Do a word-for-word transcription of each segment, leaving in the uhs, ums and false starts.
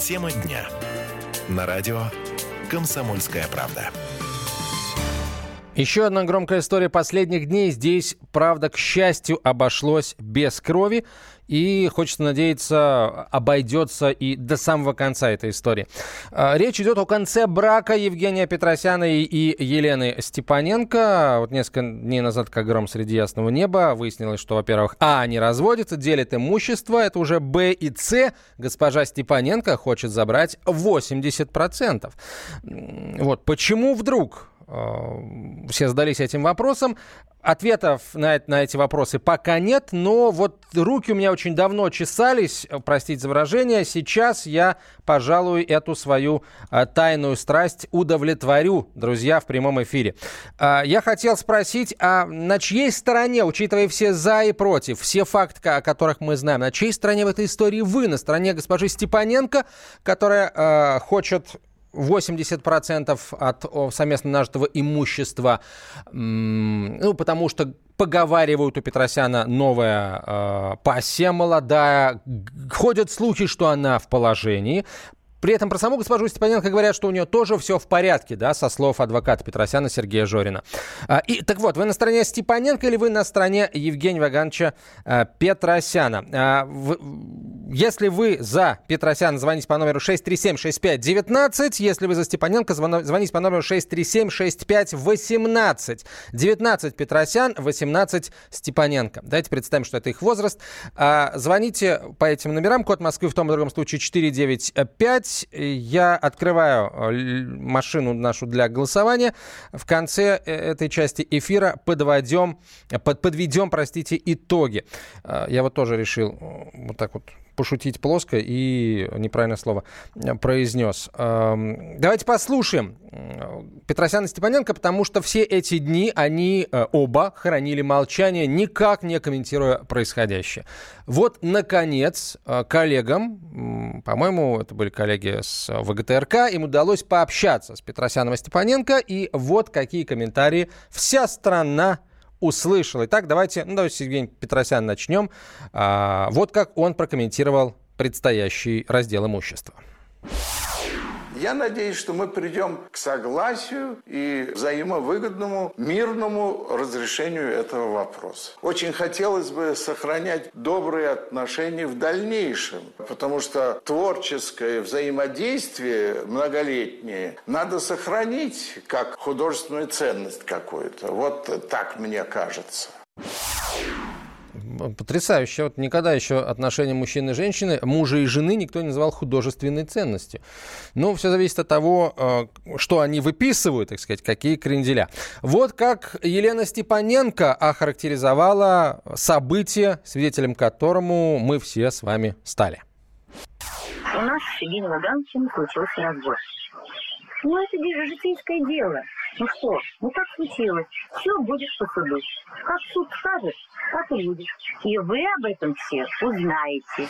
Тема дня. На радио «Комсомольская правда». Еще одна громкая история последних дней. Здесь, правда, к счастью, обошлось без крови. И, хочется надеяться, обойдется и до самого конца этой истории. Речь идет о конце брака Евгения Петросяна и Елены Степаненко. Вот несколько дней назад, как гром среди ясного неба, выяснилось, что, во-первых, а, они разводятся, делят имущество. Это уже б и с. Госпожа Степаненко хочет забрать восемьдесят процентов. Вот почему вдруг? Все задались этим вопросом. Ответов на, на эти вопросы пока нет, но вот руки у меня очень давно чесались, простите за выражение. Сейчас я, пожалуй, эту свою а, тайную страсть удовлетворю, друзья, в прямом эфире. А, я хотел спросить, а на чьей стороне, учитывая все за и против, все факты, о которых мы знаем, на чьей стороне в этой истории вы? На стороне госпожи Степаненко, которая а, хочет... восемьдесят процентов от совместно нажитого имущества, ну, потому что поговаривают, у Петросяна новая э, пассия молодая, ходят слухи, что она в положении. При этом про саму госпожу Степаненко говорят, что у нее тоже все в порядке, да, со слов адвоката Петросяна Сергея Жорина. А, и, так вот, вы на стороне Степаненко или вы на стороне Евгения Вагановича а, Петросяна? А, в, если вы за Петросяна, звоните по номеру шесть три семь шесть пять один девять. Если вы за Степаненко, звоните по номеру шесть три семь шесть пять один восемь. девятнадцать Петросян, восемнадцать Степаненко. Давайте представим, что это их возраст. А, звоните по этим номерам, код Москвы в том и другом случае четыре девять пять. Я открываю машину нашу для голосования. В конце этой части эфира подводим, под, подведем, простите, итоги. Я вот тоже решил вот так вот пошутить плоско и неправильное слово произнес. Давайте послушаем Петросяна и Степаненко, потому что все эти дни они оба хранили молчание, никак не комментируя происходящее. Вот, наконец, коллегам, по-моему, это были коллеги с вэ гэ тэ эр ка, им удалось пообщаться с Петросяном и Степаненко, и вот какие комментарии вся страна услышал. Итак, давайте, ну, давайте с Евгения Петросяна начнем. А, вот как он прокомментировал предстоящий раздел имущества. Я надеюсь, что мы придем к согласию и взаимовыгодному, мирному разрешению этого вопроса. Очень хотелось бы сохранять добрые отношения в дальнейшем, потому что творческое взаимодействие многолетнее надо сохранить как художественную ценность какую-то. Вот так мне кажется. Потрясающе. Вот никогда еще отношения мужчины и женщины, мужа и жены никто не называл художественной ценностью. Но все зависит от того, что они выписывают, так сказать, какие кренделя. Вот как Елена Степаненко охарактеризовала событие, свидетелем которому мы все с вами стали. У нас с Евгением Вагановичем случился развод. Ну, это житейское дело. Ну что, ну так случилось. Все будет по суду. Как суд скажет, так и будет. И вы об этом все узнаете.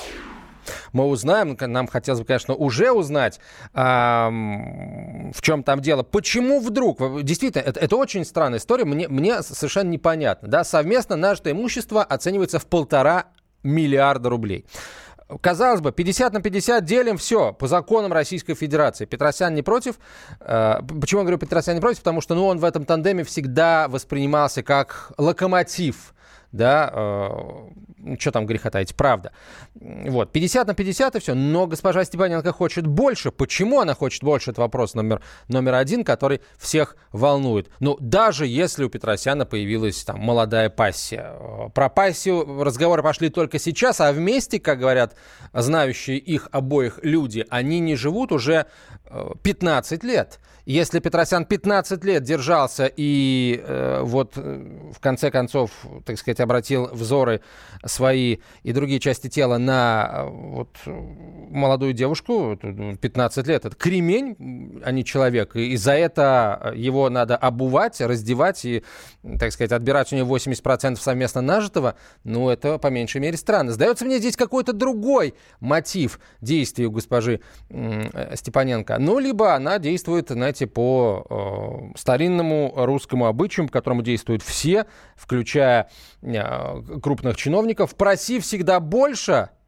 Мы узнаем, нам хотелось бы, конечно, уже узнать, а, в чем там дело. Почему вдруг? Действительно, это, это очень странная история, мне, мне совершенно непонятно. Да? Совместно нажитое имущество оценивается в полтора миллиарда рублей. Казалось бы, пятьдесят на пятьдесят делим, все, по законам Российской Федерации. Петросян не против. Почему я говорю Петросян не против? Потому что ну, он в этом тандеме всегда воспринимался как локомотив. Да, э, что там греха таить, правда. Вот, пятьдесят на пятьдесят и все. Но госпожа Степаненко хочет больше. Почему она хочет больше? Это вопрос номер, номер один, который всех волнует. Ну, даже если у Петросяна появилась там молодая пассия. Про пассию разговоры пошли только сейчас, а вместе, как говорят знающие их обоих люди, они не живут уже пятнадцать лет. Если Петросян пятнадцать лет держался и э, вот в конце концов, так сказать, обратил взоры свои и другие части тела на вот, молодую девушку, пятнадцать лет, это кремень, а не человек, и за это его надо обувать, раздевать и, так сказать, отбирать у него восемьдесят процентов совместно нажитого, ну, это по меньшей мере странно. Сдается мне здесь какой-то другой мотив действий у госпожи э, Степаненко. Ну, либо она действует, знаете, по э, старинному русскому обычаю, по которому действуют все, включая э, крупных чиновников. Проси всегда больше,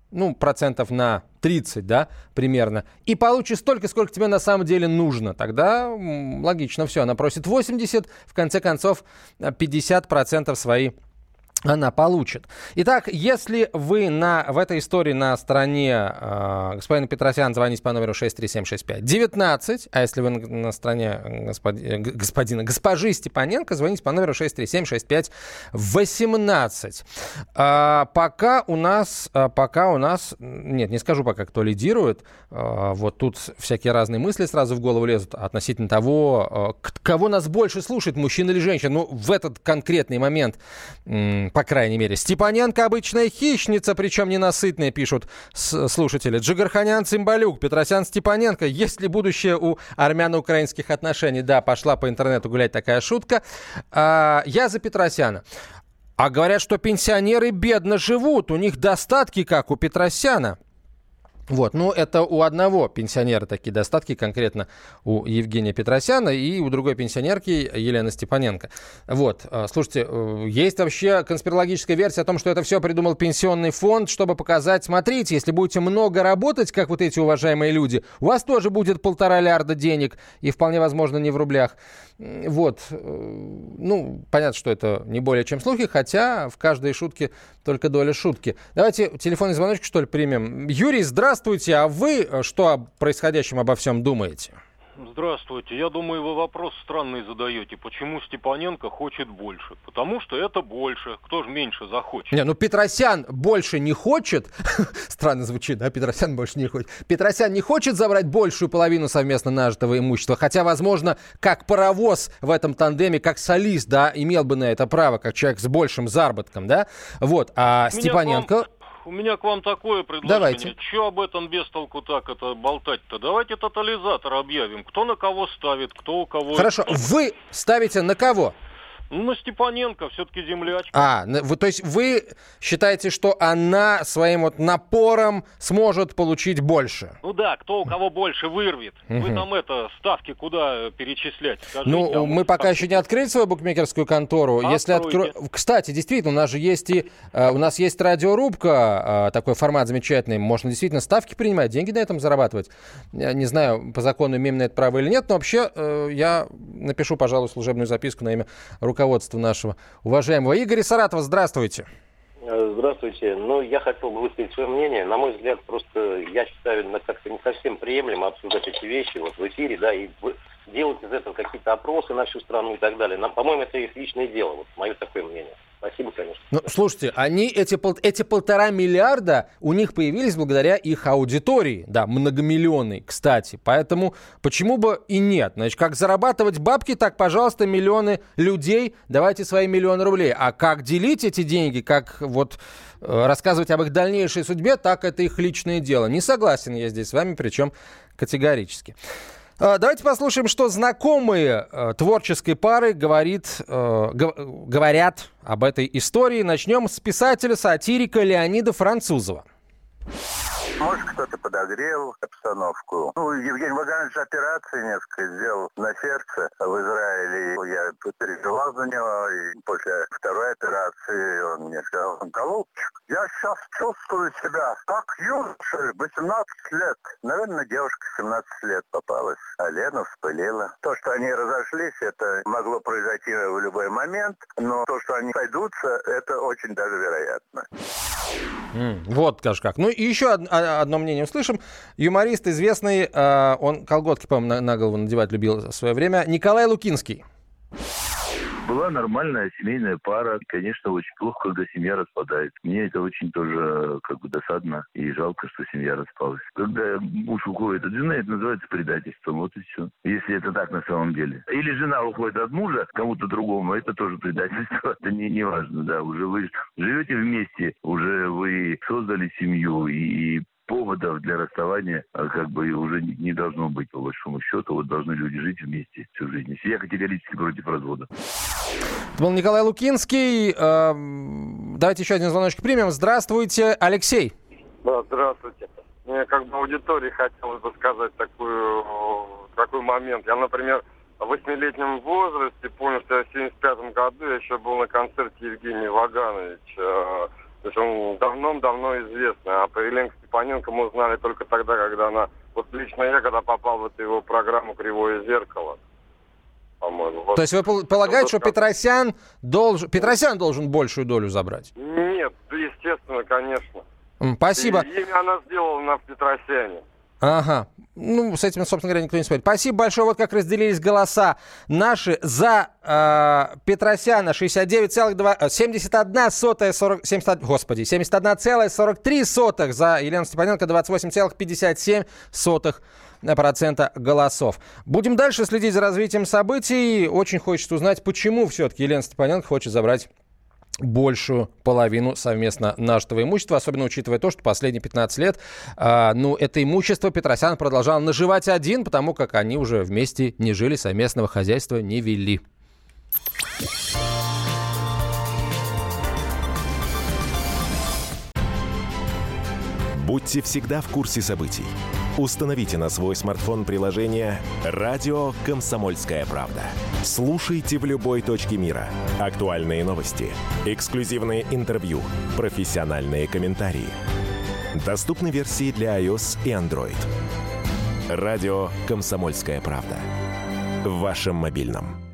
ну, процентов на тридцать, да, примерно, и получишь столько, сколько тебе на самом деле нужно. Тогда м, логично все. Она просит восемьдесят, в конце концов, пятьдесят процентов свои она получит. Итак, если вы на, в этой истории на стороне э, господина Петросяна, звоните по номеру шесть три семь шесть пять девятнадцать, а если вы на, на стороне господи, господина, госпожи Степаненко, звоните по номеру шесть три семь шесть пять восемнадцать. А, пока у нас, а, пока у нас, нет, не скажу пока, кто лидирует, а, вот тут всякие разные мысли сразу в голову лезут относительно того, а, кого нас больше слушает, мужчин или женщин. Ну, в этот конкретный момент, м- по крайней мере. Степаненко обычная хищница, причем ненасытная, пишут слушатели. Джигарханян, Цимбалюк, Петросян, Степаненко. Есть ли будущее у армяно-украинских отношений? Да, пошла по интернету гулять такая шутка. А, я за Петросяна. А говорят, что пенсионеры бедно живут. У них достатки, как у Петросяна. Вот, ну, это у одного пенсионера такие достатки, конкретно у Евгения Петросяна, и у другой пенсионерки Елены Степаненко. Вот, слушайте, есть вообще конспирологическая версия о том, что это все придумал пенсионный фонд, чтобы показать, смотрите, если будете много работать, как вот эти уважаемые люди, у вас тоже будет полтора лярда денег, и вполне возможно не в рублях. Вот, ну, понятно, что это не более чем слухи, хотя в каждой шутке только доля шутки. Давайте телефонный звоночек, что ли, примем. Юрий, здравствуйте, а вы что о происходящем обо всем думаете? Здравствуйте. Я думаю, вы вопрос странный задаете. Почему Степаненко хочет больше? Потому что это больше. Кто же меньше захочет? Не, ну Петросян больше не хочет. Странно звучит, да? Петросян больше не хочет. Петросян не хочет забрать большую половину совместно нажитого имущества. Хотя, возможно, как паровоз в этом тандеме, как солист, да, имел бы на это право, как человек с большим заработком, да? Вот. А Меня Степаненко... Вам... У меня к вам такое предложение. Давайте. Че об этом без толку так это болтать-то? Давайте тотализатор объявим. Кто на кого ставит, кто у кого... Хорошо, это... вы ставите на кого? Ну, на Степаненко, все-таки землячка. А, вы, то есть вы считаете, что она своим вот напором сможет получить больше? Ну да, кто у кого больше вырвет. Угу. Вы там это, ставки куда перечислять? Скажите, ну, а мы пока так... еще не открыли свою букмекерскую контору. А Если откро... Кстати, действительно, у нас же есть и uh, у нас есть радиорубка, uh, такой формат замечательный. Можно действительно ставки принимать, деньги на этом зарабатывать. Я не знаю, по закону имеем на это право или нет, но вообще uh, я напишу, пожалуй, служебную записку на имя руководства нашего уважаемого Игоря Саратова. Здравствуйте. Здравствуйте. Ну, я хотел бы высказать свое мнение. На мой взгляд, просто я считаю, как-то не совсем приемлемо обсуждать эти вещи вот в эфире, да, и делать из этого какие-то опросы на всю страну и так далее. Нам, по-моему, это их личное дело. Вот мое такое мнение. Спасибо, конечно. Ну, слушайте, они, эти, пол, эти полтора миллиарда у них появились благодаря их аудитории, да, многомиллионной, кстати. Поэтому почему бы и нет? Значит, как зарабатывать бабки, так, пожалуйста, миллионы людей, давайте свои миллионы рублей. А как делить эти деньги, как вот э, рассказывать об их дальнейшей судьбе, так это их личное дело. Не согласен я здесь с вами, причем категорически. Давайте послушаем, что знакомые э, творческой пары говорит, э, г- говорят об этой истории. Начнем с писателя-сатирика Леонида Французова. Может, кто-то подогрел обстановку. Ну, Евгений Ваганович операции несколько сделал на сердце в Израиле. Я переживал за него, и после второй операции он мне сказал: голубчик, я сейчас чувствую себя как юноша, восемнадцать лет. Наверное, девушка семнадцать лет попалась, а Лена вспылила. То, что они разошлись, это могло произойти в любой момент, но то, что они сойдутся, это очень даже вероятно. Mm, вот, скажешь как. Ну, и еще од- одно мнение услышим. Юморист известный, э, он колготки, по-моему, на, на голову надевать любил в свое время, Николай Лукинский. Была нормальная семейная пара. Конечно, очень плохо, когда семья распадается. Мне это очень тоже как бы досадно и жалко, что семья распалась. Когда муж уходит от жены, это называется предательством. Вот и все. Если это так на самом деле. Или жена уходит от мужа кому-то другому, это тоже предательство. Это не, не важно, да. Уже вы живете вместе, уже вы создали семью, и поводов для расставания как бы уже не должно быть, по большому счету. Вот должны люди жить вместе всю жизнь. Я категорически против развода. Это был Николай Лукинский. Давайте еще один звоночек примем. Здравствуйте, Алексей. Да, здравствуйте. Мне как бы аудитории хотелось бы сказать такую, такой момент. Я, например, в восьмилетнем возрасте, помню, что я в семьдесят пятом году я еще был на концерте Евгения Вагановича То есть он давно-давно известный. А про Елену Степаненко мы узнали только тогда, когда она... Вот лично я, когда попал в эту его программу «Кривое зеркало», по-моему. Вот. То есть вы полагаете, что Петросян должен, Петросян должен большую долю забрать? Нет, естественно, конечно. Спасибо. И имя она сделала на Петросяне. Ага. Ну, с этим, собственно говоря, никто не спорит. Спасибо большое. Вот как разделились голоса наши. За э, Петросяна шестьдесят девять целых семьдесят одна сотая сорок... семьдесят, господи, семьдесят одна целая сорок три сотых. За Елену Степаненко двадцать восемь целых пятьдесят семь сотых процента голосов. Будем дальше следить за развитием событий. Очень хочется узнать, почему все-таки Елена Степаненко хочет забрать большую половину совместно нажитого имущества, особенно учитывая то, что последние пятнадцать лет э, ну, это имущество Петросян продолжал наживать один, потому как они уже вместе не жили, совместного хозяйства не вели. Будьте всегда в курсе событий. Установите на свой смартфон приложение «Радио Комсомольская правда». Слушайте в любой точке мира. Актуальные новости, эксклюзивные интервью, профессиональные комментарии. Доступны версии для iOS и Android. «Радио Комсомольская правда». В вашем мобильном.